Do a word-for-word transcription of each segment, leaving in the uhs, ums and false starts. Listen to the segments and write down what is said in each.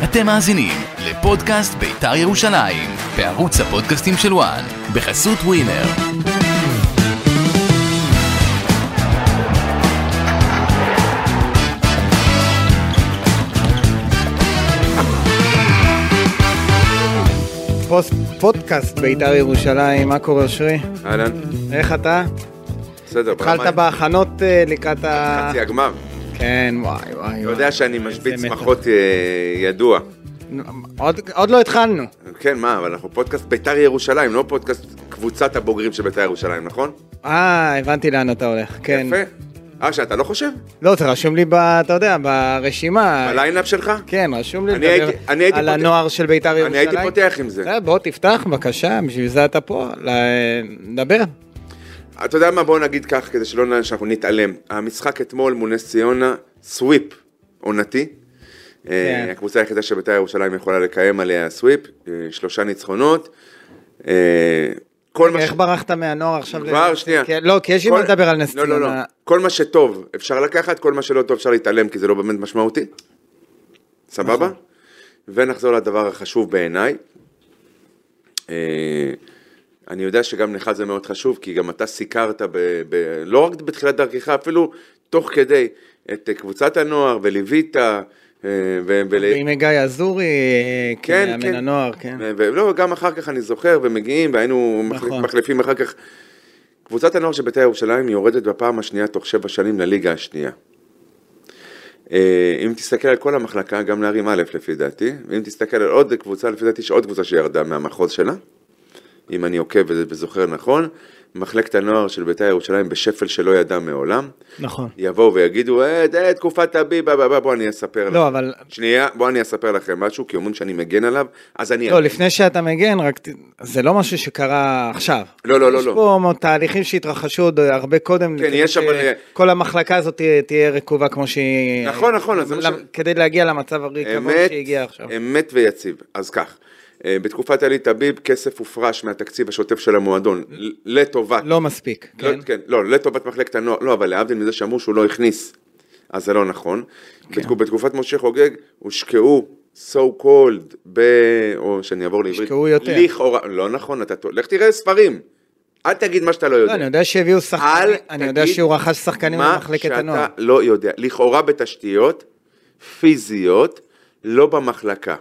אתם מאזינים לפודקאסט בית"ר ירושלים, בערוץ הפודקאסטים של וואן, בחסות ווינר. פודקאסט בית"ר ירושלים, מה קורה שרי? אהלן. איך אתה? בסדר. התחלת בהכנות לקראת ה... חצי הגמר. כן, וואי וואי. אתה יודע שאני משבית צמחות ידוע. עוד לא התחלנו. כן, מה, אבל אנחנו פודקאסט בית"ר ירושלים, לא פודקאסט קבוצת הבוגרים של בית"ר ירושלים, נכון? אה, הבנתי לאן אתה הולך, כן. יפה. אה, שאתה לא חושב? לא, זה רשום לי, אתה יודע, ברשימה. בליינאפ שלך? כן, רשום לי לדבר על הנוער של בית"ר ירושלים. אני הייתי פותח עם זה. בוא תפתח, בבקשה, בשביל זה אתה פה, לדבר. אתה יודע מה, בואו נגיד כך, כדי שלא נראה שאנחנו נתעלם. המשחק אתמול מול נס ציונה, סוויפ עונתי. הקבוצה היחידה של בית"ר ירושלים יכולה לקיים עליה סוויפ, שלושה ניצחונות. איך ברחת מהנוער עכשיו? כבר, שנייה. לא, כי יש לי מה לדבר על נס ציונה. לא, לא, לא. כל מה שטוב אפשר לקחת, כל מה שלא טוב אפשר להתעלם, כי זה לא באמת משמעותי. סבבה? ונחזור לדבר החשוב בעיניי. אני יודע שגם לך זה מאוד חשוב, כי גם אתה סיקרת, לא רק בתחילת דרכך, אפילו תוך כדי, את קבוצת הנוער וליווית, ועם גיא אזורי, כמאמן הנוער, כן. ולא, גם אחר כך אני זוכר, ומגיעים, והיינו מחליפים אחר כך. קבוצת הנוער של בית"ר ירושלים יורדת בפעם השנייה תוך שבע שנים לליגה השנייה. אם תסתכל על כל המחלקה, גם להרים א' לפי דעתי, ואם תסתכל על עוד קבוצה, לפי דעתי שעוד קבוצה שירדה מהמחוז שלה, אם אני עוקב וזוכר נכון, מחלקת הנוער של בית"ר ירושלים בשפל שלא ידע מעולם. נכון. יבואו ויגידו, אה, תקופת הביב, בוא אני אספר לכם. לא, אבל... שנייה, בוא אני אספר לכם משהו, כי אומרים שאני מגן עליו, אז אני... לא, לפני שאתה מגן, רק זה לא משהו שקרה עכשיו. לא, לא, לא. יש פה תהליכים שהתרחשו עוד הרבה קודם. כן, יש אבל... כל המחלקה הזאת תהיה רקובה כמו שהיא... נכון, נכון. כדי להגיע למצב הריקבון שהגיע עכשיו. אמת ויציב. אז כך. בתקופת אלי טביב, כסף הופרש מהתקציב השוטף של המועדון, לטובת... לא מספיק, כן? כן, לא, לטובת מחלקת הנוער, לא, אבל להבדיל מזה שאמרו שהוא לא הכניס, אז זה לא נכון. בתקופת משה חוגג, הושקעו so called, ב... או שאני אעבור לעברית. הושקעו יותר. לכאורה, לא נכון, אתה... לך תראה ספרים. אל תגיד מה שאתה לא יודע. לא, אני יודע שהביאו שחקנים, אני יודע שהוא רכש שחקנים במחלקת הנוער. מה שאתה לא יודע. לכאורה בתשתיות פיזיות, לא במחלקה.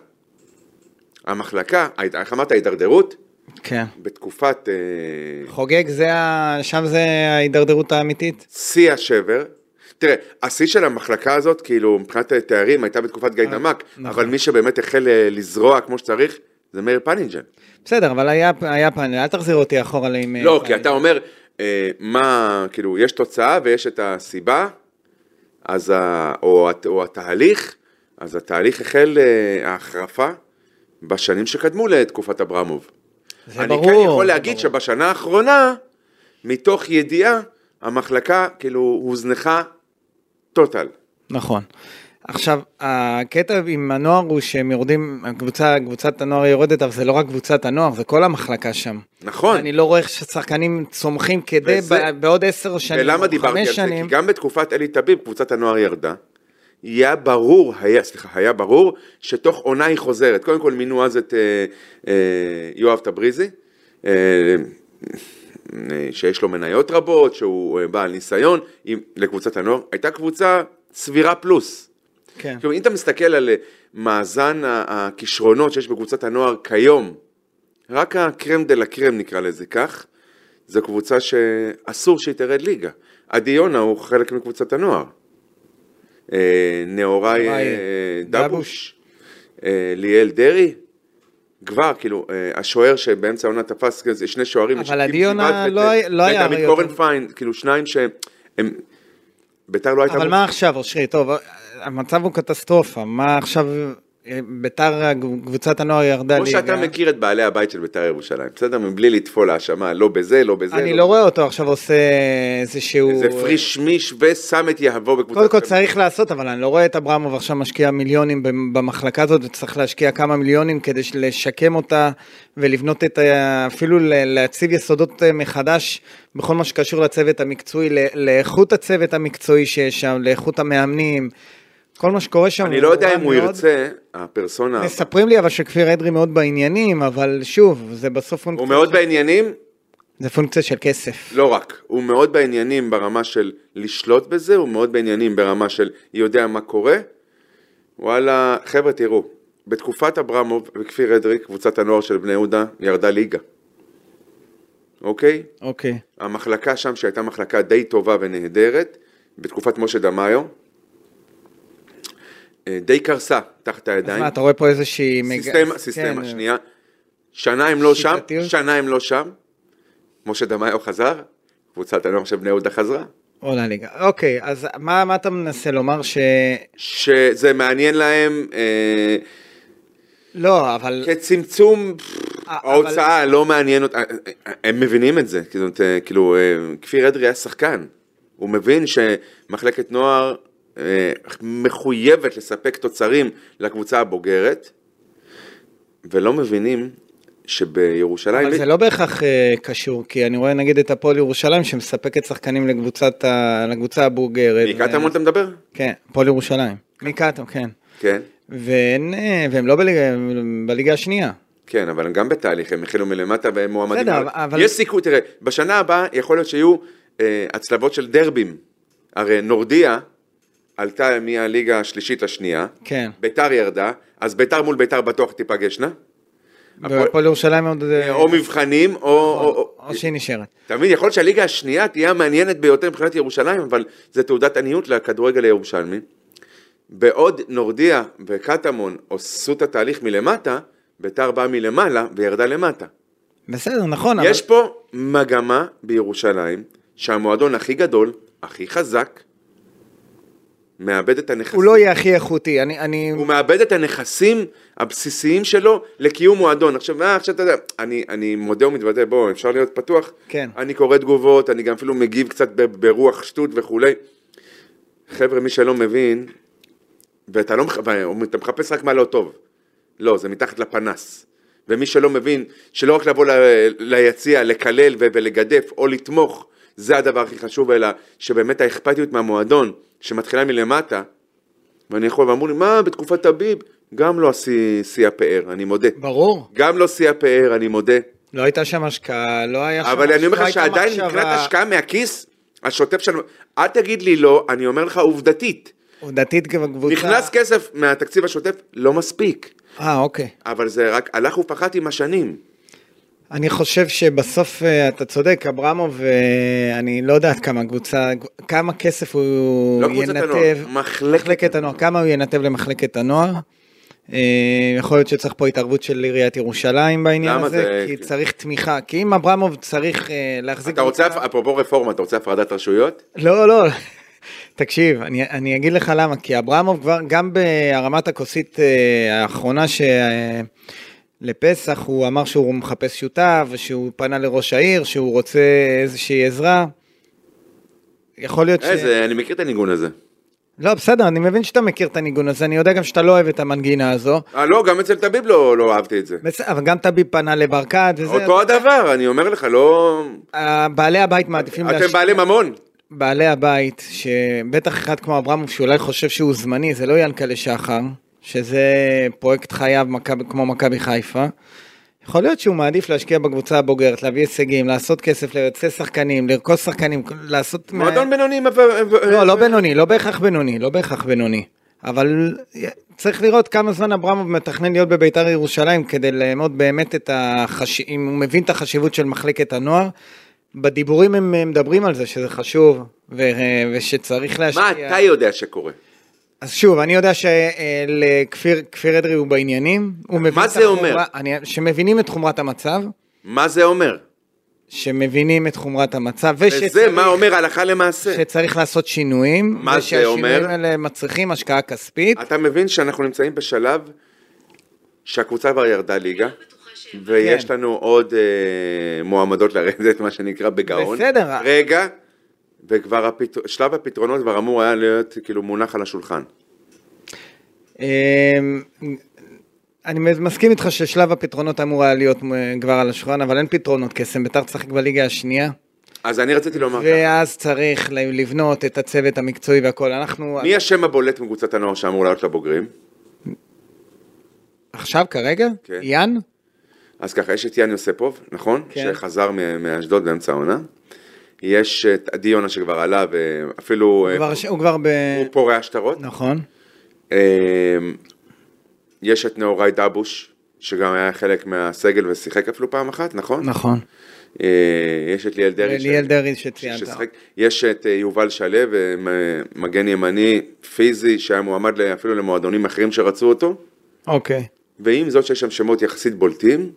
המחלקה, איך אמרת, ההידרדרות? כן. בתקופת... חוגג, זה ה... שם זה ההידרדרות האמיתית? שיא השבר. תראה, השיא של המחלקה הזאת, כאילו, מבחינת תארים, הייתה בתקופת גיא דמק, אבל מי שבאמת החל לזרוע כמו שצריך, זה מאיר פנינג'ן. בסדר, אבל היה, היה פנינג'ן, אל תחזיר אותי אחורה עם... לא, כי אתה אומר, מה, כאילו, יש תוצאה ויש את הסיבה, אז, או, או התהליך, אז התהליך החל ההחרפה, בשנים שקדמו לתקופת אברמוב. אני ברור, כאן יכול להגיד ברור. שבשנה האחרונה, מתוך ידיעה, המחלקה כאילו הוזנחה טוטל. נכון. עכשיו, הקטע עם הנוער הוא שהם יורדים, הקבוצה, קבוצת הנוער יורדת, אבל זה לא רק קבוצת הנוער, זה כל המחלקה שם. נכון. אני לא רואה ששחקנים צומחים כדי וזה, בעוד עשר שנים, ולמה דיברתי על זה? כי גם בתקופת אלי טביב, קבוצת הנוער ירדה. היה ברור, היה, סליחה, היה ברור שתוך עונה היא חוזרת. קודם כל מינו אז את אה, אה, יואב תבריזי, אה, שיש לו מניות רבות, שהוא אה, בעל ניסיון עם, לקבוצת הנוער. הייתה קבוצה סבירה פלוס. כן. כלומר, אם אתה מסתכל על מאזן הכישרונות שיש בקבוצת הנוער כיום, רק הקרם דה לקרם נקרא לזה כך, זו קבוצה שאסור שהיא תרד ליגה. עדי יונה הוא חלק מקבוצת הנוער. נאורי דבוש, ליאל דרי, כבר, כאילו, השוער שבאמצע העונה תפס, שני שוערים, אבל הדיונה לא היה... ודוד קורנפיין, כאילו שניים שהם, בית"ר לא הייתה... אבל מה עכשיו, אושרי, טוב, המצב הוא קטסטרופה, מה עכשיו... בית"ר, קבוצת הנוער ירדה ליגה. כמו שאתה מכיר את בעלי הבית של בית"ר ירושלים, בסדר? מבלי לטפול האשמה, לא בזה, לא בזה. אני לא רואה אותו עכשיו עושה איזשהו... זה פריש מיש ושם את יהבו בקבוצת... קודם כל צריך לעשות, אבל אני לא רואה את אברמוב עכשיו משקיע מיליונים במחלקה הזאת, וצריך להשקיע כמה מיליונים כדי לשקם אותה, ולבנות את, אפילו להציב יסודות מחדש, בכל מה שקשור לצוות המקצועי, לאיכות הצוות המקצועי שיש שם, לאיכות המאמנים, כל מה שקורה שם... אני לא יודע אם הוא ירצה, הפרסונה... מספרים לי אבל שכפיר אדרי מאוד בעניינים, אבל שוב, זה בסוף... הוא מאוד בעניינים? זה פונקציה של כסף. לא רק, הוא מאוד בעניינים ברמה של לשלוט בזה, הוא מאוד בעניינים ברמה של יודע מה קורה. וואלה, חבר'ה תראו, בתקופת אברמוב וכפיר אדרי, קבוצת הנוער של בני יהודה ירדה ליגה. אוקיי? אוקיי. המחלקה שם שהייתה מחלקה די טובה ונהדרת, בתקופת משה דמאיו, די קרסה תחת הידיים. אז מה, אתה רואה פה איזושהי... סיסטמה, סיסטמה, שנייה. שנה הם לא שם, שנה הם לא שם. משה דמאיו חזר, קבוצת הנוער של בני יהודה חזרה. עולה ליגה. אוקיי, אז מה, מה אתה מנסה לומר ש... שזה מעניין להם... אה, לא, אבל... כצמצום, ההוצאה אבל... לא מעניין אותה, הם מבינים את זה, כאילו, כאילו, כפיר אדרי היה שחקן, הוא מבין שמחלקת נוער אה, מחויבת לספק תוצרים לקבוצה הבוגרת, ולא מבינים שבירושלים... אבל זה לא בהכרח uh, קשור, כי אני רואה נגיד את הפועל ירושלים שמספקת שחקנים לקבוצת ה... לקבוצה הבוגרת. מקטמון ו... אתה מדבר? כן, הפועל ירושלים. מקטמון, כן. כן. ואין, והם לא בליגה, בליגה השנייה. כן, אבל הם גם בתהליך, הם החלו מלמטה והם מועמדים. בסדר, אבל... יש סיכוי, תראה, בשנה הבאה יכול להיות שיהיו אה, הצלבות של דרבים. הרי נורדיה עלתה מהליגה השלישית לשנייה. כן. ביתר ירדה, אז ביתר מול ביתר בטוח תיפגשנה. והפועל ירושלים עוד... או מבחנים, או... או שהיא נשארת. תמיד, יכול להיות שהליגה השנייה תהיה המעניינת ביותר מבחינת ירושלים, אבל זה תעודת עניות לכדורגל הירושלמי. בעוד נורדיה וקטמון עשו את התהליך מלמטה, ביתר באה מלמעלה וירדה למטה. בסדר, נכון. יש אבל... פה מגמה בירושלים, שהמועדון הכי גדול, הכי חזק, מאבד את הנכסים. הוא לא יהיה הכי איכותי. אני, אני... הוא מאבד את הנכסים הבסיסיים שלו לקיום מועדון. עכשיו, מה, עכשיו אתה יודע, אני, אני מודה ומתוודה, בוא, אפשר להיות פתוח? כן. אני קורא תגובות, אני גם אפילו מגיב קצת ברוח שטות וכולי. חבר'ה, מי שלא מבין, ואתה לא, ואתה מחפש רק מה לא טוב. לא, זה מתחת לפנס. ומי שלא מבין, שלא רק לבוא ל, ליציע, לקלל ולגדף או לתמוך, זה הדבר הכי חשוב, אלא שבאמת האכפתיות מהמועדון, שמתחילה מלמטה, ואני יכול, ואמרו לי, מה, בתקופת טביב? גם לא שיא הפאר, אני מודה. ברור. גם לא שיא הפאר, אני מודה. לא הייתה שם השקעה, לא היה שם... אבל אני אומר לך שעדיין מבחינת השקעה מהכיס, השוטף שלנו, אל תגיד לי לא, אני אומר לך עובדתית. עובדתית כבקבוצה... נכנס כסף מהתקציב השוטף, לא מספיק. אה, אוקיי. אבל זה רק הלך ופחת עם השנים. אני חושב שבסוף אתה צודק, אברמוב, אני לא יודעת כמה קבוצה, כמה כסף הוא לא ינתב, הנוער, מחלקת הנוער, כמה הוא ינתב למחלקת הנוער. יכול להיות שצריך פה התערבות של עיריית ירושלים בעניין הזה, זה... כי צריך תמיכה, כי אם אברמוב צריך להחזיק... אתה רוצה, אפרופו רפורמה, אתה רוצה הפרדת רשויות? לא, לא, תקשיב, אני, אני אגיד לך למה, כי אברמוב כבר, גם בהרמת הכוסית האחרונה ש... לפסח הוא אמר שהוא מחפש שותף, ושהוא פנה לראש העיר, שהוא רוצה איזושהי עזרה. יכול להיות ש... איזה, אני מכיר את הניגון הזה. לא, בסדר, אני מבין שאתה מכיר את הניגון הזה, אני יודע גם שאתה לא אוהב את המנגינה הזו. אה, לא, גם אצל טביב לא, לא אהבתי את זה. בסדר, אבל גם טביב פנה לברקת וזה... אותו הדבר, אני אומר לך, לא... בעלי הבית מעדיפים... אתם בעלי ממון. בעלי הבית, שבטח אחד כמו אברמוב, שאולי חושב שהוא זמני, זה לא ינקלה שחר. שזה פרויקט חייו כמו מכבי חיפה, יכול להיות שהוא מעדיף להשקיע בקבוצה הבוגרת, להביא הישגים, לעשות כסף ליוצאי שחקנים, לרכוס שחקנים, לעשות... מועדון בינוני... לא, לא בינוני, לא בהכרח בינוני, לא בהכרח בינוני, אבל צריך לראות כמה זמן אברמוב מתכנן להיות בביתר ירושלים, כדי לאמוד באמת את החשיבות, אם הוא מבין את החשיבות של מחלקת הנוער, בדיבורים הם מדברים על זה, שזה חשוב, ושצריך להשקיע... מה אתה יודע שקורה? אז שוב, אני יודע שכפיר אדרי הוא בעניינים. מה זה אומר? שמבינים את חומרת המצב. מה זה אומר? שמבינים את חומרת המצב. וזה מה אומר הלכה למעשה? שצריך לעשות שינויים. מה זה אומר? ושהשינויים האלה מצריכים השקעה כספית. אתה מבין שאנחנו נמצאים בשלב שהקבוצה כבר ירדה ליגה, ויש לנו עוד מועמדות לרדת, מה שנקרא בגאון. בסדר. רגע. וכבר הפתר... שלב הפתרונות כבר אמור היה להיות כאילו מונח על השולחן. אני מסכים איתך ששלב הפתרונות אמור היה להיות כבר על השולחן, אבל אין פתרונות, קסם ביתר תשחק בליגה השנייה. אז אני רציתי לומר ככה. ואז צריך לבנות את הצוות המקצועי והכל. אנחנו... מי השם הבולט מקבוצת הנוער שאמור לעלות לבוגרים? עכשיו, כרגע? כן. יאן? אז ככה, יש את יאן יוספוב, נכון? כן. שחזר מאשדוד באמצע העונה. יש את עדי יונה שכבר עלה, ואפילו... הוא כבר, הוא כבר ב... הוא פורע שטרות. נכון. יש את נאורי דבוש, שגם היה חלק מהסגל ושיחק אפילו פעם אחת, נכון? נכון. יש את ליאל דרי. ליאל דרי שציינת. יש את יובל שלו, מגן ימני פיזי, שהיה מועמד אפילו למועדונים אחרים שרצו אותו. אוקיי. ועם זאת שיש שם שמות יחסית בולטים,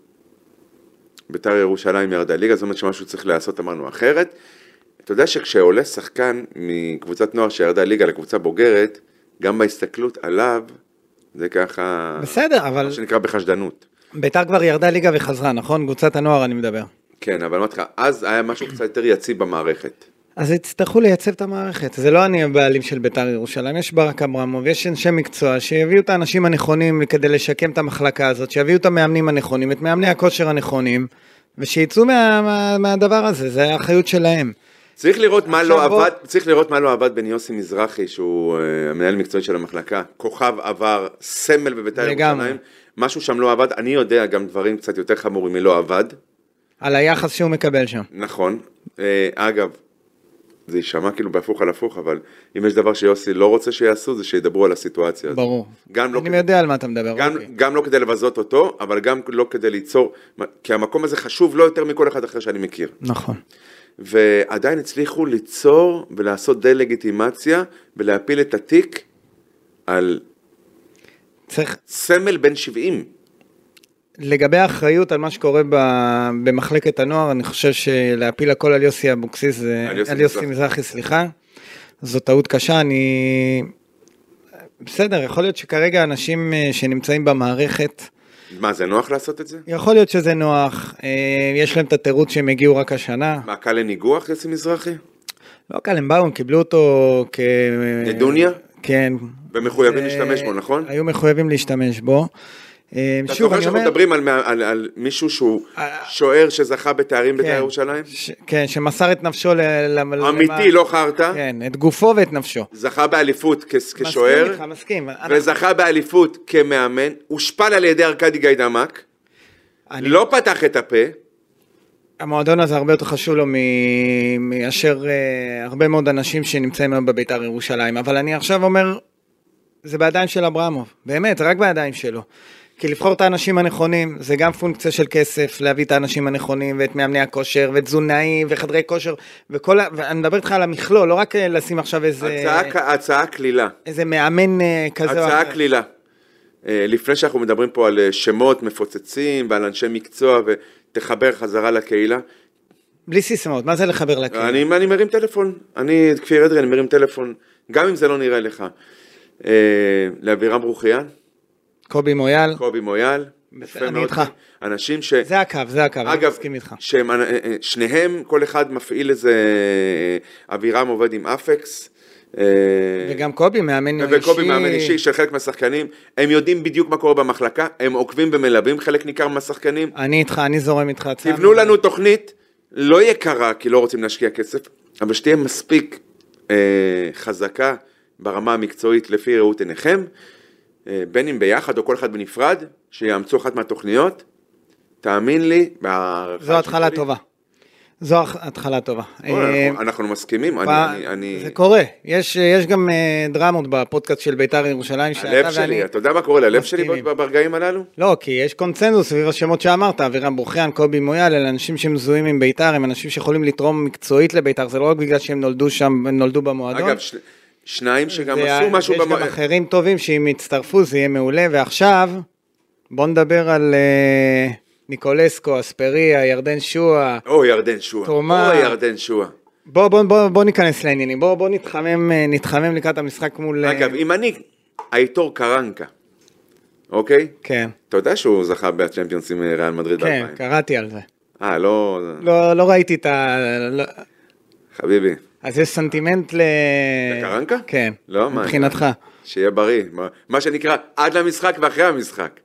בית"ר ירושלים ירדה ליגה, זאת אומרת שמשהו צריך לעשות, אמרנו אחרת. אתה יודע שכשעולה שחקן מקבוצת נוער שירדה ליגה לקבוצה בוגרת, גם בהסתכלות עליו, זה ככה... בסדר, אבל... מה שנקרא בחשדנות. בית"ר כבר ירדה ליגה וחזרה, נכון? קבוצת הנוער אני מדבר. כן, אבל אמרתי לך, אז היה משהו קצת יותר יציב במערכת. אז יצטרכו לייצב את המערכת. זה לא אני הבעלים של בית"ר ירושלים, יש ברק אברמוב, יש אנשי מקצוע שיביאו את האנשים הנכונים כדי לשקם את המחלקה הזאת, שיביאו את המאמנים הנכונים, את מאמני הכושר הנכונים, ושיצאו מה, מה, מהדבר הזה, זה האחריות שלהם. צריך לראות מה לא עבד, צריך לראות מה לא עבד בין יוסי מזרחי, שהוא המנהל מקצועי של המחלקה, כוכב עבר, סמל בבית"ר ירושלים, משהו שם לא עבד, אני יודע גם דברים קצת יותר חמורים מלא עבד. על היחס שהוא מקבל שם. נכון, אגב, זה יישמע כאילו בהפוך על הפוך, אבל אם יש דבר שיוסי לא רוצה שיעשו, זה שידברו על הסיטואציה הזאת. ברור. גם לא אני כדי, יודע על מה אתה מדבר. גם, אוקיי. גם לא כדי לבזות אותו, אבל גם לא כדי ליצור, כי המקום הזה חשוב לא יותר מכל אחד אחר שאני מכיר. נכון. ועדיין הצליחו ליצור ולעשות דה-לגיטימציה, ולהפיל את התיק על צריך... סמל בן שבעים. לגבי האחריות על מה שקורה במחלקת הנוער, אני חושב שלהפיל הכל על יוסי אבוקסיס, על יוסי מזרחי, סליחה, זו טעות קשה, אני... בסדר, יכול להיות שכרגע אנשים שנמצאים במערכת... מה, זה נוח לעשות את זה? יכול להיות שזה נוח, יש להם את התירוץ שהם הגיעו רק השנה. מה, קל לניגוח יוסי מזרחי? לא קל, הם באו, הם קיבלו אותו כ... נדוניה? כן. ומחויבים להשתמש בו, נכון? היו מחויבים להשתמש בו. אתה זוכר שאנחנו מדברים על מישהו שהוא שוער שזכה בתארים בית"ר ירושלים? כן, שמסר את נפשו אמיתי, לא חרטה. כן, את גופו ואת נפשו. זכה באליפות כשוער. מסכים איתך, מסכים. וזכה באליפות כמאמן, הושפל על ידי ארקדי גיידמק, לא פתח את הפה. המועדון הזה הרבה יותר חשוב לו מאשר הרבה מאוד אנשים שנמצאים היום בבית"ר ירושלים, אבל אני עכשיו אומר, זה בידיים של אברמוב, באמת, רק בידיים שלו. כי לבחור את האנשים הנכונים, זה גם פונקציה של כסף, להביא את האנשים הנכונים, ואת מאמני הכושר, ואת תזונאים, וחדרי כושר, וכל, ואני מדבר איתך על המכלול, לא רק לשים עכשיו איזה... הצעה, הצעה כלילה. איזה מאמן כזה. הצעה כלילה. לפני שאנחנו מדברים פה על שמות מפוצצים, ועל אנשי מקצוע, ותחבר חזרה לקהילה. בלי סיסמאות, מה זה לחבר לקהילה? אני, אני מרים טלפון, אני, כפיר אדרי, אני מרים טלפון, גם אם זה לא נראה לך. לאבירם ברוכיאן. קובי מויאל. קובי מויאל. אני איתך. אנשים ש... זה הקו, זה הקו, אגב, אני מסכים איתך. שהם, שניהם, כל אחד מפעיל איזה... אבירם עובד עם אפקס. וגם קובי מאמן אישי. וקובי מאמן אישי של חלק מהשחקנים. הם יודעים בדיוק מה קורה במחלקה, הם עוקבים ומלווים חלק ניכר מהשחקנים. אני איתך, אני זורם איתך. תבנו לנו תוכנית, לא יקרה, כי לא רוצים להשקיע כסף, אבל שתהיה מספיק חזקה ברמה המקצועית לפי ראות עיניכם, בין אם ביחד או כל אחד בנפרד, שיאמצו אחת מהתוכניות, תאמין לי, זו התחלה טובה. זו התחלה טובה. אנחנו מסכימים, אני... זה קורה, יש גם דרמות בפודקאסט של בית"ר ירושלים. הלב שלי, אתה יודע מה קורה ללב שלי ברגעים הללו? לא, כי יש קונצנזוס סביב השמות שאמרת, אבירם ברוכיאן, קובי מויאל, אלה אנשים שמזוהים עם בית"ר, הם אנשים שיכולים לתרום מקצועית לבית"ר, זה לא רק בגלל שהם נולדו שם, נולדו במועדון. אגב, שניים שגם עשו משהו... יש גם אחרים טובים שאם יצטרפו זה יהיה מעולה, ועכשיו בוא נדבר על ניקולסקו, אספריה, ירדן שועה. או ירדן שועה, או ירדן שועה. בוא, בוא, בוא, בוא ניכנס לעניינים, בוא, בוא נתחמם, נתחמם לקראת המשחק מול... אגב, אם אני, הייתור קרנקה, אוקיי? כן. אתה יודע שהוא זכה בצ'מפיונס עם ריאל מדריד כן, קראתי על זה. אה, לא... לא, לא ראיתי את ה... חביבי. אז יש סנטימנט ל... לקרנקה? כן, לא, מבחינתך. שיהיה בריא, מה שנקרא עד למשחק ואחרי המשחק.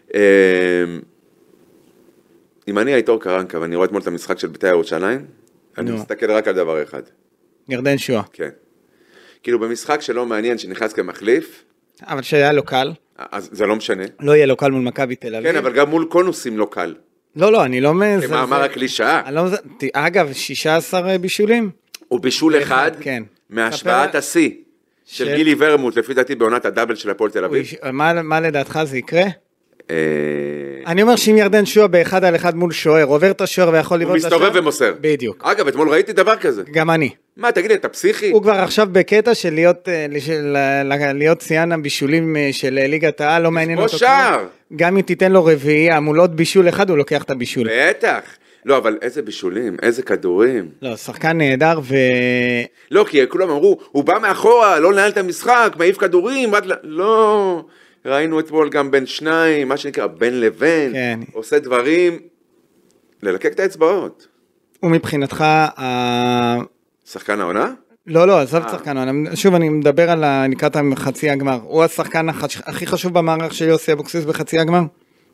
אם אני הייתור קרנקה ואני רואה אתמול את המשחק של בית"ר ירושלים, אני נו. מסתכל רק על דבר אחד. ירדן שואה. כן. כאילו במשחק שלא מעניין שנכנס כמחליף, אבל שהיה לו קל, אז זה לא משנה. לא יהיה לו קל מול מכבי תל אביב. כן, אבל גם מול קונוסים לא קל. לא, לא, אני לא מזלזל. כמאמר הקלישאה. אני לא מזלזל. אגב, שישה עשר בישולים? הוא בישול אחד כן. מהשוואת השיא של של- גילי ורמוט, לפי דעתי בעונת הדאבל של הפועל תל אביב. הוא- מה מה לדעתך זה יקרה? אה, אני אומר שאם ירדן שועה באחד על אחד מול שוער, עובר את השוער ויכול הוא לבעוט את השוער. מסתובב ומוסר. בדיוק. אגב, אתמול ראיתי דבר כזה. גם אני. מה, תגיד לי, אתה פסיכי? הוא כבר עכשיו בקטע של להיות, אה, של, ל- להיות שיאן הבישולים אה, של אה, ליגת העל, לא מעניין כמו אותו. שער. כלום. גם אם תיתן לו רביעייה מול עוד בישול אחד, הוא לוקח את הבישול. בטח. לא, אבל איזה בישולים, איזה כדורים. לא, שחקן נהדר ו... לא, כי כולם אמרו, הוא בא מאחורה, לא לנהל את המשחק, מעיף כדורים, רק ל... לא, ראינו אתמול גם בין שניים, מה שנקרא, בין לבין, כן. עושה דברים, ללקק את האצבעות. ומבחינתך, ה... שחקן העונה? לא, לא, עזוב אה. שחקן, אני- שוב אני מדבר על ה- לקראת חצי הגמר. הוא השחקן החש- הכי חשוב במערך של יוסי אבוקסיס בחצי הגמר?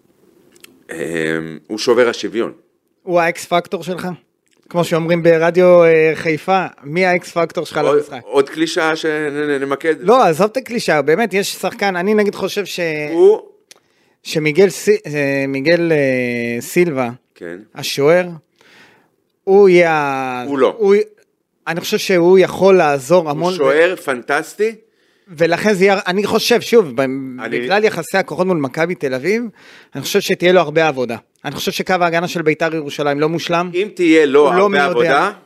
אמ, הוא שובר השוויון. הוא האקס פקטור שלך? כמו שאומרים ברדיו אה, חיפה, מי האקס פקטור שלך עוד- למשחק? עוד קלישה שנמקד. לא, עזוב את הקלישה, באמת יש שחקן, אני נגיד חושב ש... הוא, שמיגל סי- אה, מיגל אה, סילבה, כן, השוער, הוא יהיה... ה- הוא לא. אני חושב שהוא יכול לעזור הוא המון, שוער פנטסטי, ולכן זה יהיה, אני חושב, שוב, ב- אני- בגלל יחסי הכוחות מול מכבי תל אביב, אני חושב שתהיה לו הרבה עבודה. אני חושב שקו ההגנה של בית"ר ירושלים לא מושלם, אם תהיה לו הוא לא מי הרבה יודע. עבודה,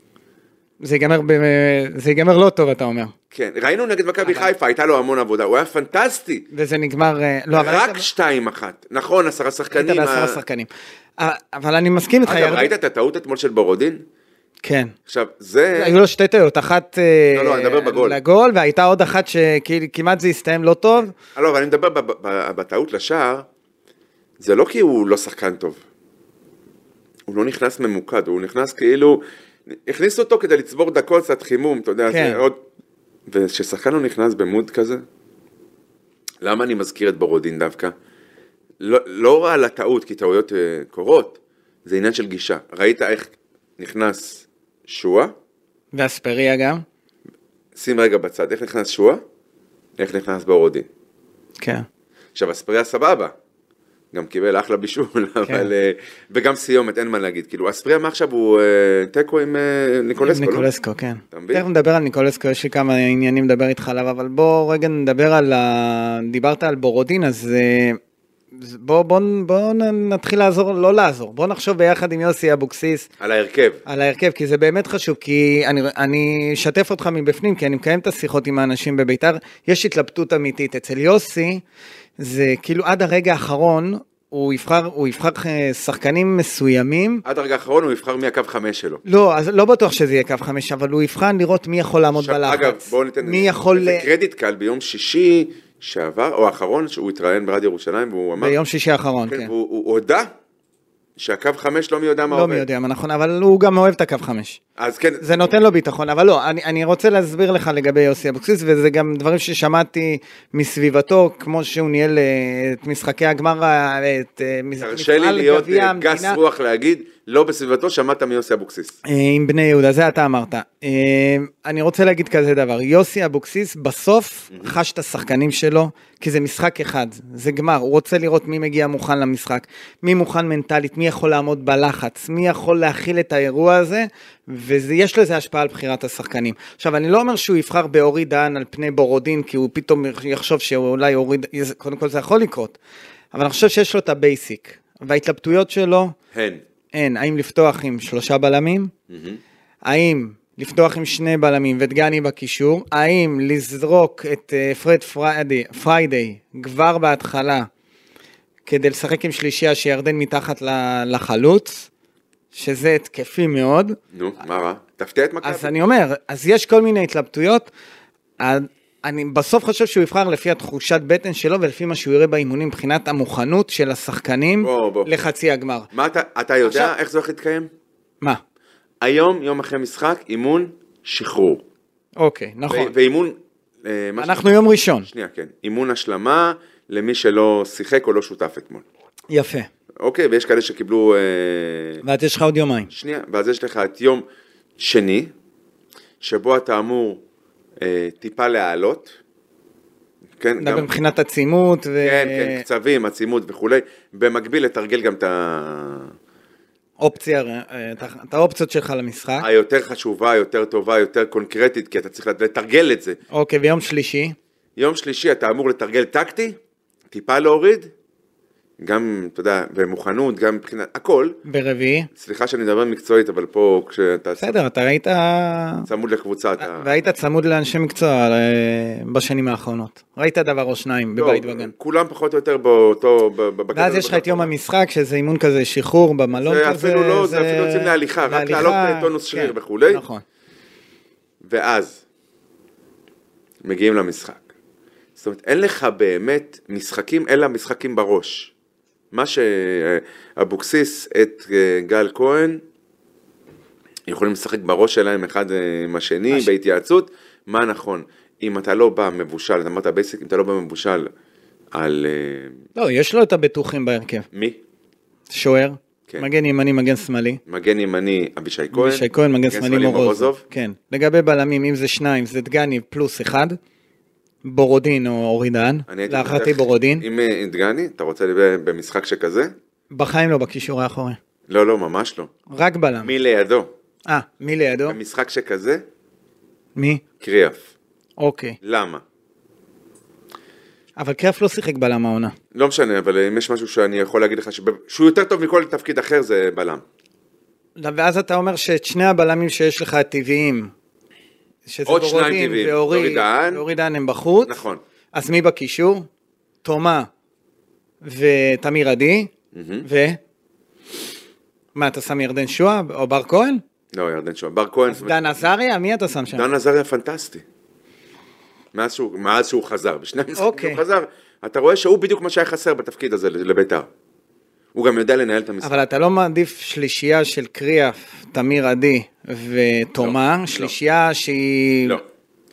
זה ייגמר, ב- זה ייגמר לא טוב, אתה אומר. כן, ראינו נגד מכבי חיפה, הייתה לו המון עבודה, הוא היה פנטסטי, וזה נגמר, אה, לא, אבל רק היית- שתיים אחת, נכון, עשרה היית שחקנים, בעשרה ה- שחקנים. אה, אבל אני מסכים איתך, אגב, ירדן- ראית את הטעות אתמול של בורודין? כן. עכשיו, זה, היו לו שתי טעויות, אחת אה, לא, לא, אני מדבר בגול. לגול, והייתה עוד אחת שכמעט זה הסתיים לא טוב. לא, אבל אני מדבר ב- ב- בטעות לשער, זה לא כי הוא לא שחקן טוב, הוא לא נכנס ממוקד, הוא נכנס כאילו, הכניסו אותו כדי לצבור דקות, קצת חימום, אתה יודע, כן. זה עוד, וכששחקן לא נכנס במוד כזה, למה אני מזכיר את בורודין דווקא? לא, לא על הטעות, כי טעויות אה, קורות, זה עניין של גישה. ראית איך נכנס שואה? ואספריה גם. שים רגע בצד, איך נכנס שואה? איך נכנס בורודין? כן. עכשיו, אספריה סבבה, גם קיבל אחלה בישול, אבל, אה, וגם סיומת, אין מה להגיד. כאילו, אספריה מה עכשיו הוא אה, טקו עם אה, ניקולסקו, לא? ניקולסקו, כן. אתה מבין? תכף נדבר על ניקולסקו, יש לי כמה עניינים לדבר איתך עליו, אבל בוא רגע נדבר על ה... דיברת על בורודין, אז אה, אז בוא, בוא, בוא נתחיל לעזור, לא לעזור, בוא נחשוב ביחד עם יוסי אבוקסיס על ההרכב. על ההרכב, כי זה באמת חשוב, כי אני, אני אשתף אותך מבפנים, כי אני מקיים את השיחות עם האנשים בביתר, יש התלבטות אמיתית. אצל יוסי, זה כאילו עד הרגע האחרון, הוא יבחר, הוא יבחר שחקנים מסוימים, עד הרגע האחרון הוא יבחר מי הקו חמש שלו. לא, אז לא בטוח שזה יהיה קו חמש, אבל הוא יבחן לראות מי יכול לעמוד עכשיו, בלחץ. אגב, בואו ניתן מי יכול... איזה קרדיט קל ביום שישי שעבר, או האחרון, שהוא התראיין ברדיו ירושלים, והוא אמר, ביום שישי האחרון, כן, כן. והוא הוא הודע שהקו חמש לא מי יודע מה לא עובד. מי יודע מה נכון, אבל הוא גם אוהב את הקו חמש. אז כן, זה נותן לו ביטחון, אבל לא, אני, אני רוצה להסביר לך לגבי יוסי אבוקסיס, וזה גם דברים ששמעתי מסביבתו, כמו שהוא ניהל אה, את משחקי הגמר, אה, את אה, תרשה לי להיות אה, גס רוח להגיד, לא בסביבתו, שמעת מיוסי אבוקסיס. אה, עם בני יהודה, זה אתה אמרת. אה, אני רוצה להגיד כזה דבר, יוסי אבוקסיס בסוף חש את השחקנים שלו, כי זה משחק אחד, זה גמר, הוא רוצה לראות מי מגיע מוכן למשחק, מי מוכן מנטלית, מי יכול לעמוד בלחץ, מי יכול להכיל את האירוע הזה, ויש לזה השפעה על בחירת השחקנים. עכשיו, אני לא אומר שהוא יבחר באורי דהן על פני בורודין, כי הוא פתאום יחשוב שאולי אורי, קודם כל זה יכול לקרות, אבל אני חושב שיש לו את הבייסיק, וההתלבטויות שלו, הן. הן, האם לפתוח עם שלושה בלמים, האם לפתוח עם שני בלמים ודגני בקישור, האם לזרוק את uh, פרד פריידי, פריידי כבר בהתחלה, כדי לשחק עם שלישייה שירדן מתחת לחלוץ, שזה התקפי מאוד. נו, מה רע? תפתיע את מכבי. אז אני אומר, אז יש כל מיני התלבטויות, אני בסוף חושב שהוא יבחר לפי התחושת בטן שלו, ולפי מה שהוא יראה באימונים, מבחינת המוכנות של השחקנים בוא, בוא. לחצי הגמר. מה אתה, אתה יודע עכשיו- איך זה הולך להתקיים? מה? היום, יום אחרי משחק, אימון, שחרור. אוקיי, נכון. ו- ואימון... אה, מה אנחנו יום ראשון. שנייה, כן. אימון השלמה למי שלא שיחק או לא שותף אתמול. יפה. אוקיי, ויש כאלה שקיבלו... ואז יש לך עוד יומיים. שנייה, ואז יש לך את יום שני, שבו אתה אמור אה, טיפה להעלות, כן, גם מבחינת עצימות ו... כן, כן, קצבים, עצימות וכולי, במקביל לתרגל גם את ה... אופציה, את האופציות שלך למשחק. היותר חשובה, יותר טובה, יותר קונקרטית, כי אתה צריך לתרגל את זה. אוקיי, ויום שלישי? יום שלישי אתה אמור לתרגל טקטי, טיפה להוריד, גם, אתה יודע, במוכנות, גם מבחינת, הכל. ברביעי? סליחה שאני מדבר מקצועית, אבל פה כשאתה... בסדר, אתה ראית... צמוד לקבוצה, אתה... והיית צמוד לאנשי מקצוע בשנים האחרונות. ראית דבר או שניים בבית וגן. כולם פחות או יותר באותו... ואז יש לך את יום המשחק, שזה אימון כזה, שחרור במלון כזה. זה אפילו לא, זה אפילו יוצאים להליכה, רק לעלות טונוס שריר וכולי. נכון. ואז מגיעים למשחק. זאת אומרת, אין לך באמת משחקים, אלא משחקים בראש. מה שאבוקסיס את גל כהן יכולים לשחק בראש שלהם אחד עם השני, בהתייעצות, מה נכון? אם אתה לא בא מבושל, אתה אמרת בייסיק, אם אתה לא בא מבושל על... לא, יש לו את הבטוחים בהרכב. מי? שוער, מגן ימני, מגן שמאלי. מגן ימני, אבישי כהן. אבישי כהן, מגן שמאלי, מורוזוב. כן. לגבי בלמים, אם זה שניים, זה דגני פלוס אחד. בורודין או אורידן, להערכתי בורודין. אם דגני, אתה רוצה לדבר במשחק שכזה? בחיים לא, בקישור האחורי. לא, לא, ממש לא. רק בלם. מי לידו? אה, מי לידו? במשחק שכזה? מי? קריאף. אוקיי. למה? אבל קריאף לא שיחק בלם העונה. לא משנה, אבל אם יש משהו שאני יכול להגיד לך שהוא יותר טוב מכל תפקיד אחר, זה בלם. ואז אתה אומר שאת שני הבלמים שיש לך הטבעיים, עוד שניים טבעיים, ואורידן, ואורידן הם בחוץ. נכון. אז מי בקישור? תומה ותמיר עדי, ו... מה, אתה שם ירדן שועה או בר כהן? לא, ירדן שועה, בר כהן. דן עזריה, מי אתה שם שם? דן עזריה פנטסטי. מאז שהוא, מאז שהוא חזר, בשני המשחקים שהוא חזר, אתה רואה שהוא בדיוק מה שהיה חסר בתפקיד הזה לביתר. הוא גם יודע לנהל את המשחק. אבל אתה לא מעדיף שלישייה של קריאף, תמיר עדי ותומה, לא, שלישייה לא. שהיא... לא.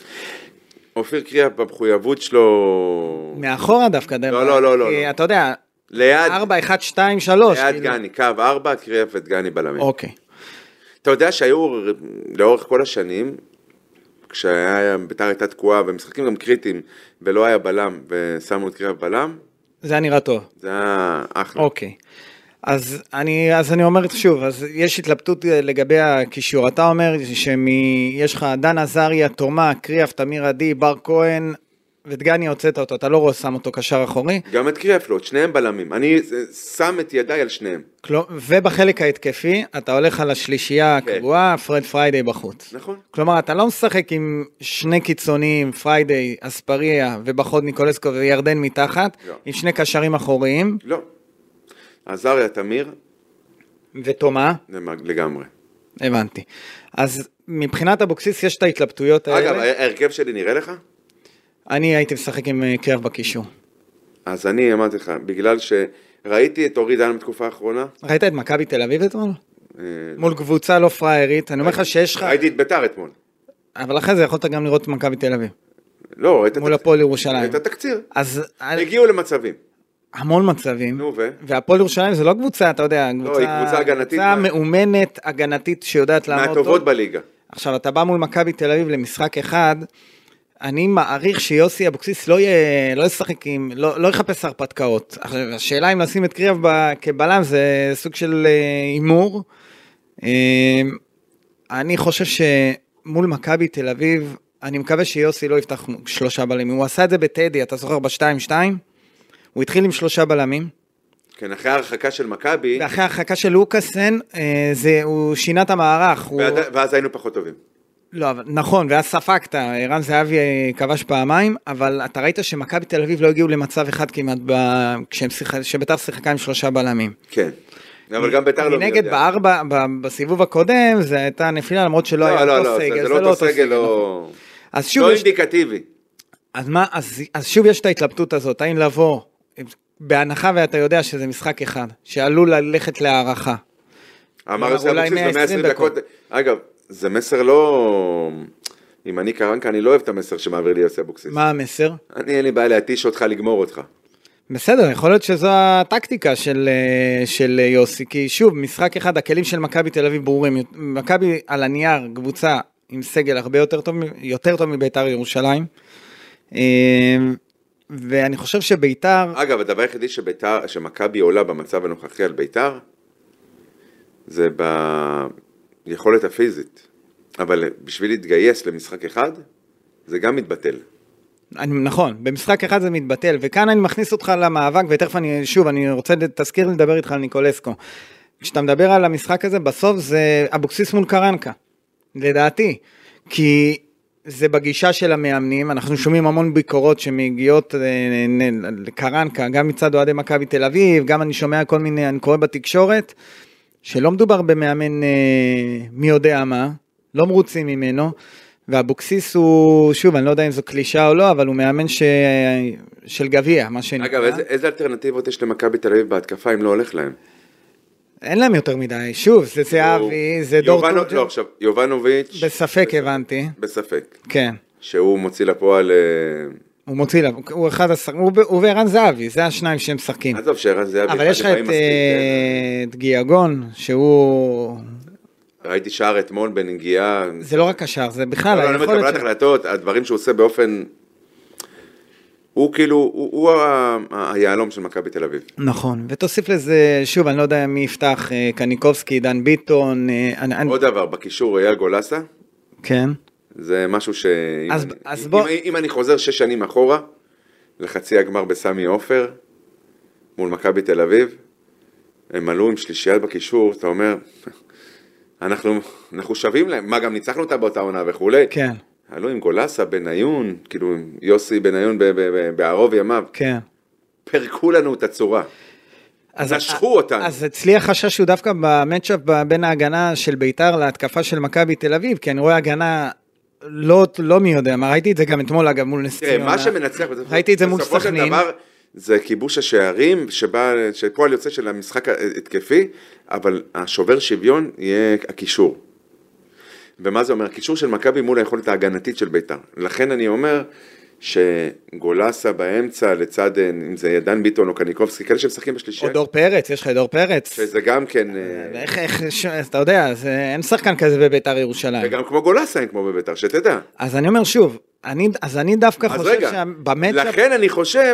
אופיר קריאף במחויבות שלו... מאחורה דווקא. לא, לא, לא, לא. כי לא. אתה יודע, ליד... ארבע, אחד, שתיים, שלוש. ליד כאילו... גני, קו ארבע, קריאף ודגני בלמים. אוקיי. אתה יודע שהיו לאורך כל השנים, כשהיה ביתר הייתה תקועה במשחקים גם קריטיים, ולא היה בלם, ושמו את קריאף בלם, זה היה נראה טוב. זה היה אחלה. אוקיי. אז אני, אז אני אומר שוב, אז יש התלבטות לגבי הקישור. אתה אומר שיש לך דן עזריה, תומה, קריאף, תמיר עדי, בר כהן, ודגני הוצאת אותו, אתה לא רואה שם אותו קשר אחורי. גם את קריאף לא, את שניהם בלמים. אני שם את ידיי על שניהם. ובחלק ההתקפי, אתה הולך על השלישייה הקבועה, פרד פריידי בחוץ. נכון. כלומר, אתה לא משחק עם שני קיצוניים, פריידי, אספריה, ובחוד ניקולסקו וירדן מתחת, לא. עם שני קשרים אחוריים. לא. עזריה, תמיר. ותומה. לגמרי. הבנתי. אז מבחינת אבוקסיס יש את ההתלבטויות האלה. אגב, ההרכב שלי נראה לך? אני הייתי משחק עם קריאף בקישור. אז אני אמרתי לך, בגלל שראיתי את אורידן בתקופה האחרונה. ראית את מכבי תל אביב אתמול? מול קבוצה לא פריירית, אני אומר לך שיש לך... ראיתי את ביתר אתמול. אבל אחרי זה יכולת גם לראות את מכבי תל אביב. לא, ראית את... מול הפועל ירושלים. את התקציר. אז... הגיעו למצבים. המון מצבים. נו ו? והפועל ירושלים זה לא קבוצה, אתה יודע, לא, היא קבוצה הגנתית. קבוצה מאומנת, הגנתית שיודעת לעמוד טוב. מהטובות בליגה. עכשיו, אתה בא מול מכבי תל אביב למשחק אחד, אני מעריך שיוסי אבוקסיס לא יהיה, לא ישחק עם, לא, לא יחפש הרפתקאות. עכשיו, השאלה אם לשים את קריאף כבלם זה סוג של אימור. אני חושב שמול מכבי תל אביב, אני מקווה שיוסי לא יפתח שלושה בלמים. הוא עשה את זה בטדי, אתה זוכר ב-שתיים שתיים? הוא התחיל עם שלושה בלמים. כן, אחרי ההרחקה של מכבי. ואחרי ההרחקה של לוקאסן, זה, הוא שינה את המערך. ואז, הוא... ואז היינו פחות טובים. לא, נכון, ואז ספקת, ערן זהבי כבש פעמיים, אבל אתה ראית שמכבי תל אביב לא הגיעו למצב אחד כמעט, ב... כשביתר שיחקה עם שלושה בלמים. כן, אבל גם ביתר לא... מנגד בארבע, בסיבוב הקודם, זה הייתה נפילה, למרות שלא היה אותו סגל. זה לא אותו סגל, לא... לא אינדיקטיבי. אז מה, אז שוב יש את ההתלבטות הזאת, האם לבוא, בהנחה ואתה יודע שזה משחק אחד, שעלול ללכת להערכה. אמר יוסי אבוקסיס ב-מאה ועשרים דקות, אגב, זה מסר לא... אם אני קרנקה, אני לא אוהב את המסר שמעביר לי יוסי אבוקסיס. מה המסר? אני אין לי בעיה להתיש אותך, לגמור אותך. בסדר, יכול להיות שזו הטקטיקה של, של יוסי, כי שוב, משחק אחד, הכלים של מכבי תל אביב ברורים, מכבי על הנייר, קבוצה עם סגל הרבה יותר טוב, יותר טוב מביתר ירושלים, ואני חושב שביתר... אגב, הדבר היחידי שביתר, שמכבי עולה במצב הנוכחי על ביתר, זה ביכולת הפיזית, אבל בשביל להתגייס למשחק אחד, זה גם מתבטל. אני, נכון, במשחק אחד זה מתבטל, וכאן אני מכניס אותך למאבק, ותכף אני, שוב, אני רוצה תזכיר לדבר איתך על ניקולסקו. כשאתה מדבר על המשחק הזה, בסוף זה אבוקסיס מול קרנקה, לדעתי, כי זה בגישה של המאמנים, אנחנו שומעים המון ביקורות שמגיעות לקרנקה, גם מצד אוהדי מכבי תל אביב, גם אני שומע כל מיני, אני קורא בתקשורת, שלא מדובר במאמן מי יודע מה, לא מרוצים ממנו, ואבוקסיס הוא, שוב, אני לא יודע אם זו קלישה או לא, אבל הוא מאמן ש... של גביע, מה שנקרא. אגב, איזה, איזה אלטרנטיבות יש למכבי תל אביב בהתקפה אם לא הולך להם? אין להם יותר מדי, שוב, זה זהבי, זה דור טורג'ה. לא, עכשיו, יובנוביץ'. בספק הבנתי. בספק. כן. שהוא מוציא לפועל... הוא מוציא לפועל, הוא אחד עשר, הוא וערן זהבי, זה השניים שהם משחקים. עזוב, שערן זהבי... אבל יש לך את גיאגון, שהוא... ראיתי שער אתמול בנגיעה... זה לא רק השער, זה בכלל... לא, לא, קבלת החלטות, הדברים שהוא עושה באופן... הוא כאילו, הוא היעלום של מכבי תל אביב. נכון, ותוסיף לזה, שוב, אני לא יודע מי יפתח, קניקובסקי, דן ביטון... עוד דבר, בקישור אייל גולסה. כן. זה משהו ש... אם אני חוזר שש שנים אחורה, לחצי הגמר בסמי עופר, מול מכבי תל אביב, הם עלו עם שלישיית בקישור, אתה אומר... אנחנו, אנחנו שווים להם, מה גם ניצחנו אותה באותה עונה וכולי. כן. עלו עם גולסה, בניון, כאילו יוסי בניון בערוב ימיו. כן. פרקו לנו את הצורה. נשכו אותנו. אז אצלי החשש הוא דווקא במצ'אפ בין ההגנה של ביתר להתקפה של מכבי תל אביב, כי אני רואה הגנה לא, לא מי יודע, מה ראיתי את זה גם אתמול אגב מול נס ציונה. תראה, מה שמנצח, ראיתי את זה מול סכנין. זה כיבוש השערים, שבא, שפועל יוצא של המשחק התקפי, אבל השובר שוויון יהיה הקישור. ומה זה אומר? הקישור של מכבי מול היכולת ההגנתית של ביתר. לכן אני אומר שגולסה באמצע לצד, אם זה דן ביטון או קניקובסקי, כאלה שמשחקים בשלישייה. או דור פרץ, יש לך דור פרץ. שזה גם כן... איך, איך, אתה יודע, אין שחקן כזה בביתר ירושלים. וגם כמו גולסה, אין כמו בביתר, שתדע. אז אני אומר שוב, אני, אז אני דווקא אז חושב רגע, שבמצ'אפ... לכן אני חושב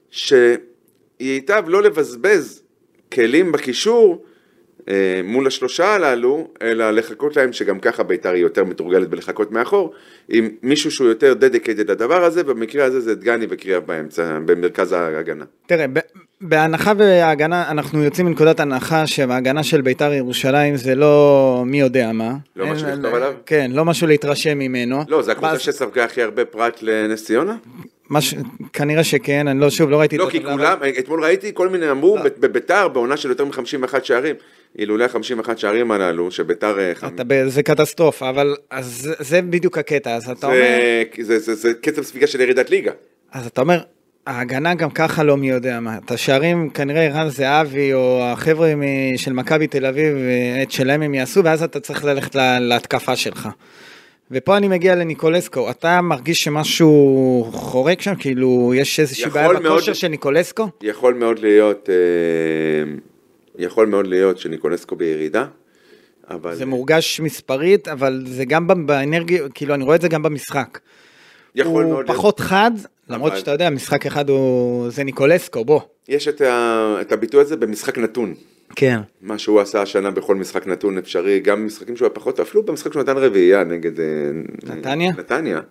שייטב לא לבזבז כלים בקישור אה, מול השלושה הללו, אלא לחכות להם שגם ככה ביתר היא יותר מתורגלת בלחכות מאחור, עם מישהו שהוא יותר דדיקייטד לדבר הזה, ובמקרה הזה זה דגני וקריאב באמצע, במרכז ההגנה. תראה, בהנחה וההגנה, אנחנו יוצאים מנקודת הנחה שההגנה של ביתר ירושלים זה לא מי יודע מה. לא משהו לכתוב עליו? כן, לא משהו להתרשם ממנו. לא, זה הקבוצה שספגה הכי הרבה פרט לנס ציונה? מש... כנראה שכן, אני לא, שוב, לא ראיתי... לא, כי כולם, אתמול ראיתי, כל מיני אמרו, בביתר, בעונה של יותר מ-חמישים ואחד שערים, אילולי ה-חמישים ואחד שערים הללו, שביתר... זה קטסטרופה, אבל אז זה בדיוק הקטע, אז אתה אומר... זה קצב ספיגה של ירידת ליגה. אז אתה אומר, ההגנה גם ככה לא מי יודע מה, את השערים כנראה ערן זהבי, או החבר'ה של מכבי תל אביב, את שלהם הם יעשו, ואז אתה צריך ללכת להתקפה שלך. ופה אני מגיע לניקולסקו, אתה מרגיש שמשהו חורק שם, כאילו יש איזושהי בעיה בכושר של ניקולסקו? יכול מאוד להיות, יכול מאוד להיות שניקולסקו בירידה, אבל... זה מורגש מספרית, אבל זה גם באנרגיה, כאילו אני רואה את זה גם במשחק. יכול מאוד להיות. הוא פחות חד, למרות שאתה יודע, משחק אחד הוא, זה ניקולסקו, בוא. יש את, ה... את הביטוי הזה במשחק נתון. כן. מה שהוא עשה השנה בכל משחק נתון אפשרי, גם במשחקים שהוא היה פחות, אפילו במשחק שהוא נתן רביעייה נגד... נתניה? נתניה.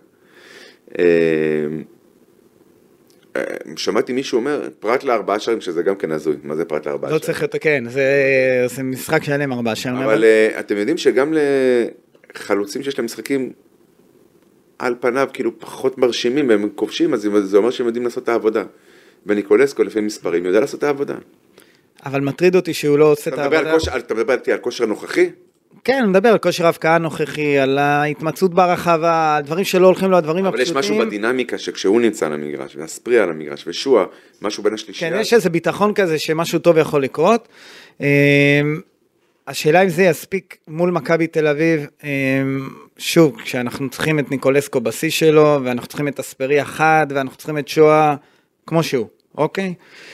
שמעתי מישהו אומר, פרט לארבעה שערים, שזה גם כן הזוי. מה זה פרט לארבעה שערים? לא צריך יותר, כן, זה, זה משחק שלם ארבעה שערים. אבל, אבל אתם יודעים שגם לחלוצים שיש להם משחקים על פניו, כאילו פחות מרשימים, והם כובשים, אז זה אומר שהם יודעים לעשות את העבודה. וניקולסקו, לפי מספרים, יודע לעשות את העבודה. אבל מטריד אותי שהוא לא עושה את העבודה. אתה מדבר איתי על כושר הנוכחי? כן, אני מדבר על כושר ההבקעה הנוכחי, על ההתמצאות ברחבה, הדברים שלא הולכים לו, הדברים הפשוטים. אבל יש משהו בדינמיקה שכשהוא נמצא על המגרש, והספריה על המגרש, ושועה, משהו בין השלישייה. כן, יש איזה ביטחון כזה שמשהו טוב יכול לקרות. השאלה אם זה יספיק מול מכבי תל אביב, שוב, כשאנחנו צריכים את ניקולסקו בשיא שלו, ואנחנו צריכים את הספריה חד, ואנחנו צריכים את שועה כמו שהוא. אוקיי?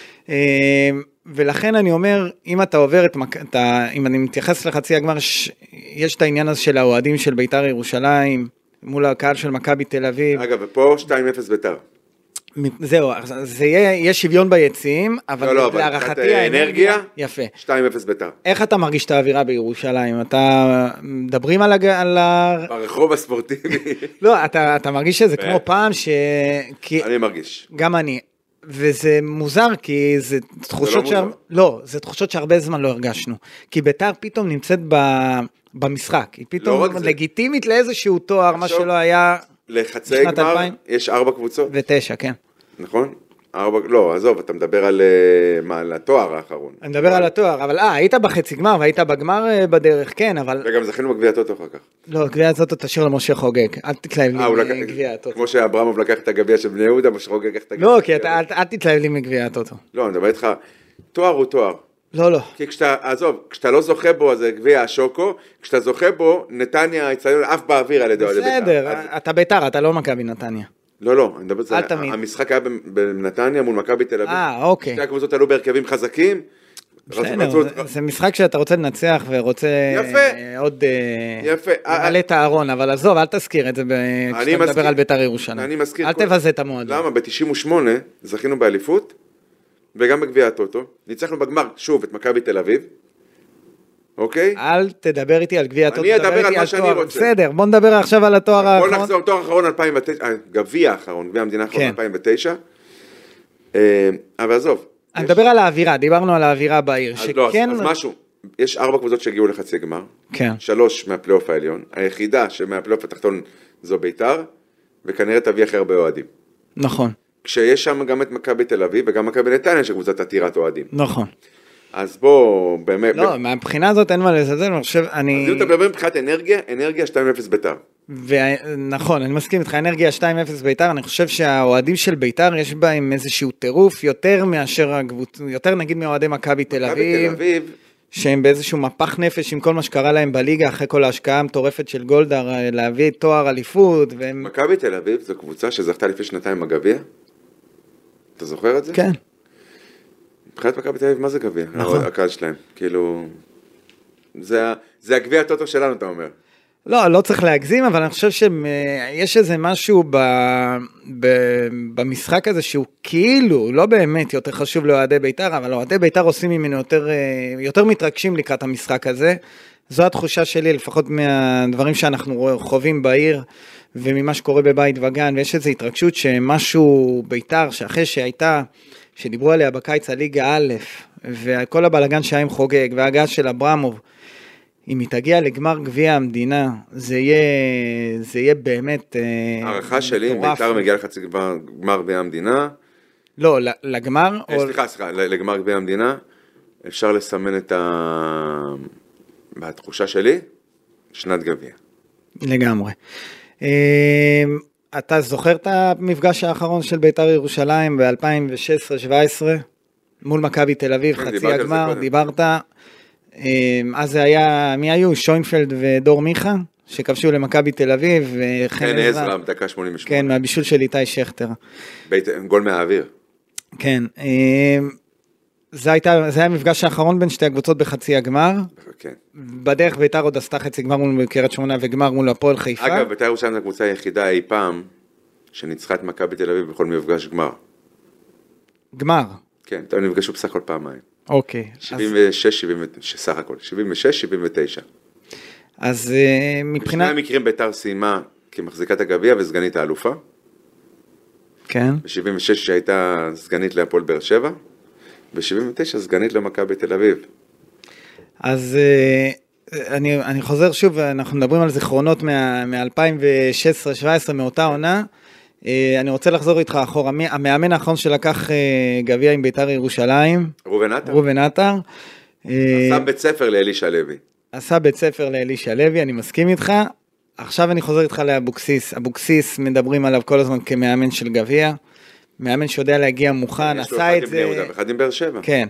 ולכן אני אומר, אם אתה עובר את, את אם אני מתייחס לחצי הגמר, יש את העניין הזה של האוהדים של בית"ר ירושלים, מול הקהל של מכבי תל אביב. אגב, ופה שתיים אפס בית"ר. זהו, זה יהיה, יש שוויון ביציעים, אבל לא, לא, להערכתי האנרגיה, יפה. שתיים אפס בית"ר. איך אתה מרגיש את האווירה בירושלים? אתה מדברים על הג... על ה... ברחוב הספורטיבי. לא, אתה, אתה מרגיש שזה כמו פעם ש... כי... אני מרגיש. גם אני. וזה מוזר, כי זה תחושות זה לא ש... לא, זה תחושות שהרבה זמן לא הרגשנו. כי בית"ר פתאום נמצאת ב... במשחק. היא פתאום לא לגיטימית לאיזשהו תואר, מה שלא היה... לחצי גמר יש ארבע קבוצות. ותשע, כן. נכון? ארבע, לא, עזוב, אתה מדבר על, מה, על התואר האחרון. אני מדבר על התואר, אבל אה, היית בחצי גמר והיית בגמר בדרך, כן, אבל... וגם זכינו בגביע הטוטו אחר כך. לא, גביע הטוטו תשאיר למשה חוגג, אל תתלהב לי מגביע הטוטו. כמו שאברמוב לקח את הגביע של בני יהודה, משה חוגג לקח את הגביע. לא, כי אל תתלהב לי מגביע הטוטו. לא, אני מדבר איתך, תואר הוא תואר. לא, לא. כי כשאתה, עזוב, כשאתה לא זוכה בו, זה גביע השוקו, כשאתה זוכה בו, נתניה יצאנו עף באוויר על ידי אוהדי בית"ר. בסדר, אתה בית"ר, אתה לא מכבי נתניה. לא, לא, אני מדבר על זה, תמיד. המשחק היה בנתניה מול מכבי תל אביב. אה, אוקיי. שתי הקבוצות עלו בהרכבים חזקים. בסדר, זה משחק שאתה רוצה לנצח ורוצה עוד למלא את הארון, אבל עזוב, אל תזכיר את זה כשאתה מדבר על בית"ר ירושלים. אני מזכיר. אל תבזה את המועדון. למה? ב-תשעים ושמונה זכינו באליפות, וגם בגביע הטוטו. ניצחנו בגמר, שוב, את מכבי תל אביב. אוקיי? אל תדבר איתי על גביע הטוטו. אני אדבר על מה שאני רוצה. בסדר, בוא נדבר עכשיו על התואר האחרון. בוא נחזור, תואר האחרון אלפיים ותשע, גביע האחרון, גביע המדינה האחרון אלפיים ותשע. אבל עזוב. אני מדבר על האווירה, דיברנו על האווירה בעיר. אז לא, אז משהו. יש ארבע קבוצות שהגיעו לחצי גמר. כן. שלוש מהפלייאוף העליון. היחידה שמהפלייאוף התחתון זו בית"ר, וכנראה תביא הכי הרבה אוהדים. נכון. כשיש שם גם את מכבי תל אביב, וגם מכבי נתניה שקבוצת עתירת אוהדים. נכון. אז בוא, באמת... לא, מהבחינה הזאת אין מה לזלזל, אני חושב, אני... אז אם אתה מדבר מבחינת אנרגיה, אנרגיה שתיים אפס בית"ר. ונכון, אני מסכים איתך, אנרגיה שתיים אפס בית"ר, אני חושב שהאוהדים של בית"ר יש בהם איזשהו טירוף, יותר מאשר הקבוצה, יותר נגיד מאוהדי מכבי תל אביב. מכבי תל אביב. שהם באיזשהו מפח נפש עם כל מה שקרה להם בליגה, אחרי כל ההשקעה המטורפת של גולדהר, להביא תואר אליפות. והם... מכבי תל אביב זו קבוצה שזכתה לפני שנתיים בגביע. אתה זוכר את זה? כן. מבחינת מכבי תל אביב, מה זה גביע? נכון. הקהל שלהם, כאילו... זה, זה הגביע הטוטו שלנו, אתה אומר. לא, לא צריך להגזים, אבל אני חושב שיש איזה משהו ב, ב, במשחק הזה שהוא כאילו, לא באמת יותר חשוב לאוהדי בית"ר, אבל אוהדי בית"ר עושים ממנו יותר, יותר מתרגשים לקראת המשחק הזה. זו התחושה שלי, לפחות מהדברים שאנחנו חווים בעיר, וממה שקורה בבית וגן, ויש איזו התרגשות שמשהו בית"ר, שאחרי שהייתה, שדיברו עליה בקיץ הליגה א', וכל הבלגן שהיה עם חוגג, וההגעה של אברמוב, אם היא תגיע לגמר גביע המדינה, זה יהיה, זה יהיה באמת... הערכה שלי, אם בית"ר מגיע לחצי גמר גביע המדינה... לא, לגמר... סליחה, סליחה, לגמר גביע המדינה, אפשר לסמן את ה... בתחושה שלי, שנת גביע. לגמרי. אתה זוכר את המפגש האחרון של בית"ר ירושלים ב-אלפיים ושש עשרה שבע עשרה? מול מכבי תל אביב, חצי הגמר, דיברת... אז זה היה, מי היו? שוינפלד ודור מיכה, שכבשו למכבי תל אביב, כן, עזרא, בדקה שמונים ושמונה. כן, מהבישול של איתי שכטר. גול מהאוויר. כן, זה הייתה, זה היה המפגש האחרון בין שתי הקבוצות בחצי הגמר. כן. בדרך בית"ר עוד עשתה חצי גמר מול קריית שמונה וגמר מול הפועל חיפה. אגב, בית"ר ירושלים זו הקבוצה היחידה אי פעם, שניצחה את מכבי תל אביב בכל מפגש גמר. גמר? כן, הם נפגשו בסך הכל פעמיים. אוקיי. שבעים ושש, שבעים ותשע, סך הכל, שבעים ושש, שבעים ותשע. אז מבחינת... בשני המקרים בית"ר סיימה כמחזיקת הגביע וסגנית האלופה. כן. ב-שבעים ושש שהייתה סגנית להפועל באר שבע, ב-שבעים ותשע סגנית למכבי תל אביב. אז אני, אני חוזר שוב, אנחנו מדברים על זיכרונות מ-אלפיים ושש עשרה שבע עשרה מאותה עונה, אני רוצה לחזור איתך אחורה, המאמן האחרון שלקח גביע עם בית"ר ירושלים, ראובן עטר. ראובן עטר. עשה בית ספר לאלישע לוי. עשה בית ספר לאלישע לוי, אני מסכים איתך. עכשיו אני חוזר איתך לאבוקסיס. אבוקסיס מדברים עליו כל הזמן כמאמן של גביע, מאמן שיודע להגיע מוכן, עשה את זה. יש לו אחד עם בני יהודה ואחד עם באר שבע. כן.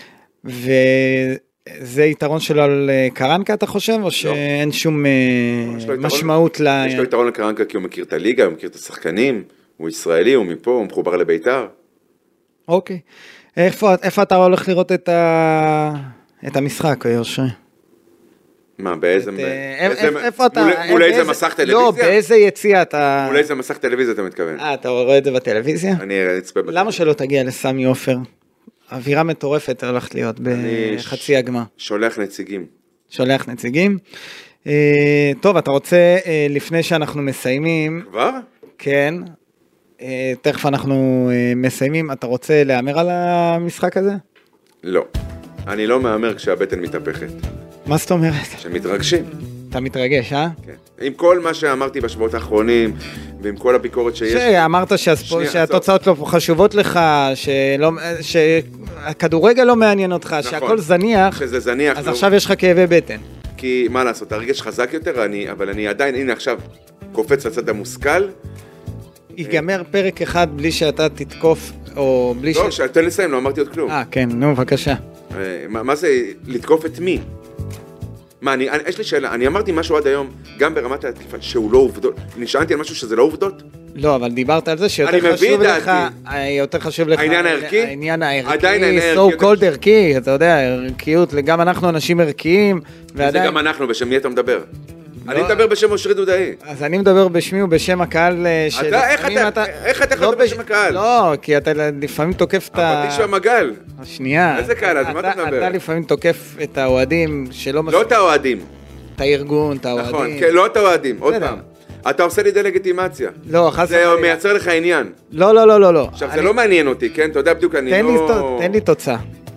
וזה יתרון שלו על קרנקה, אתה חושב? או שאין שום משמעות ל... יש לו יתרון לקרנקה כי הוא מכיר את הליגה, הוא מכיר את השחקנים, הוא ישראלי, הוא מפה, הוא מחובר לבית"ר. אוקיי. איפה, איפה אתה הולך לראות את, ה... את המשחק, יושרי? מה, באיזה... את, באיזה... איפה אתה... מול, מול איזה מסך טלוויזיה? לא, באיזה יציאה אתה... מול איזה מסך טלוויזיה אתה מתכוון? אה, אתה רואה את זה בטלוויזיה? אני אצפה בטלוויזיה. למה שלא תגיע לסמי עופר? אווירה מטורפת הולכת להיות בחצי הגמר. שולח נציגים. שולח נציגים. אה, טוב, אתה רוצה, אה, לפני שאנחנו מסיימים... כבר? כן. אה, תכף אנחנו אה, מסיימים. אתה רוצה להאמר על המשחק הזה? לא. אני לא מאמר כשהבטן מתהפכת. מה זאת אומרת? שמתרגשים. אתה מתרגש, אה? כן. עם כל מה שאמרתי בשבועות האחרונים, ועם כל הביקורת שיש... שאמרת שהספורט, שהתוצאות לא חשובות לך, שלא, שהכדורגל לא מעניין אותך, נכון. שהכל זניח, שזה זניח. אז לא... עכשיו יש לך כאבי בטן. כי מה לעשות, הרגש חזק יותר, אני, אבל אני עדיין, הנה עכשיו, קופץ לצד המושכל. ייגמר פרק אחד בלי שאתה תתקוף, או בלי לא, ש... לא, תן לסיים, לא אמרתי עוד כלום. אה, כן, נו, בבקשה. מה, מה זה, לתקוף את מי? מה, אני, אני, יש לי שאלה, אני אמרתי משהו עד היום, גם ברמת התקיפה, שהוא לא עובדות, נשאלתי על משהו שזה לא עובדות? לא, אבל דיברת על זה שיותר חשוב לך, יותר חשוב לך, העניין הערכי? העניין הערכי, עדיין הערכי, so called ערכי, אתה יודע, ערכיות, גם אנחנו אנשים ערכיים, זה גם אנחנו, בשם מי אתה מדבר? אני מדבר בשם אושרי דודאי. אז אני מדבר בשמי ובשם הקהל של... אתה, איך אתה יכול לדבר בשם הקהל? לא, כי אתה לפעמים תוקף את ה... הפטיש והמגל. השנייה. איזה קהל, אז מה אתה מדבר? אתה לפעמים תוקף את האוהדים שלא... לא את האוהדים. את הארגון, את האוהדים. נכון, כן, לא את האוהדים, עוד פעם. אתה עושה לי דה-לגיטימציה. לא, חס זה מייצר לך עניין. לא, לא, לא, לא, לא. עכשיו, זה לא מעניין אותי, כן? אתה יודע בדיוק, אני לא... תן לי תוצאה.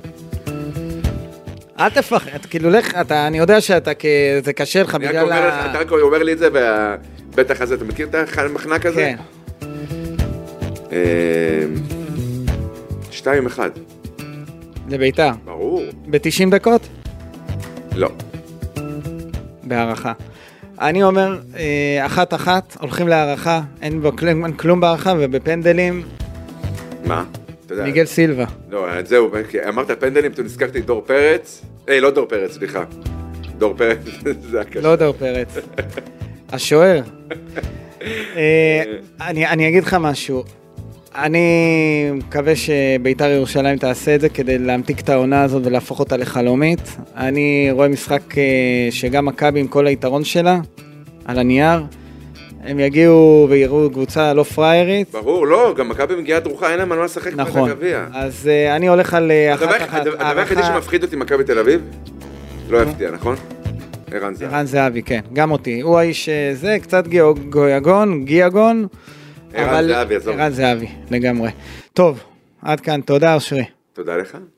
אל תפחד, כאילו לך, אתה, אני יודע שאתה, זה קשה לך בגלל ה... אתה רק אומר לי את זה, ובטח הזה, אתה מכיר את המחנק הזה? כן. שתיים אחד. לביתר. ברור. ב-תשעים דקות? לא. בהערכה. אני אומר, אחת אחת, הולכים להערכה, אין בו כלום בהערכה, ובפנדלים... מה? מיגל סילבה. לא, זהו, אמרת פנדלים, אתה נזכרתי דור פרץ, אה, לא דור פרץ, סליחה. דור פרץ, זה הקשה. לא דור פרץ. השוער. אני אגיד לך משהו, אני מקווה שביתר ירושלים תעשה את זה כדי להמתיק את העונה הזאת ולהפוך אותה לחלומית. אני רואה משחק שגם מכבי עם כל היתרון שלה, על הנייר, הם יגיעו ויראו קבוצה לא פריירית. ברור, לא, גם מכבי מגיעה דרוכה, אין להם מה לשחק נכון, בגביע. אז uh, אני הולך על אחת אחת. הדבר היחידי שמפחיד אותי מכבי תל אביב, לא יפתיע, נכון? ערן זהבי. ערן זהבי, כן, גם אותי. הוא האיש זה, קצת גויגון, גיאגון. ערן זהבי, עזוב. ערן זהבי, לגמרי. טוב, עד כאן, תודה אושרי. תודה לך.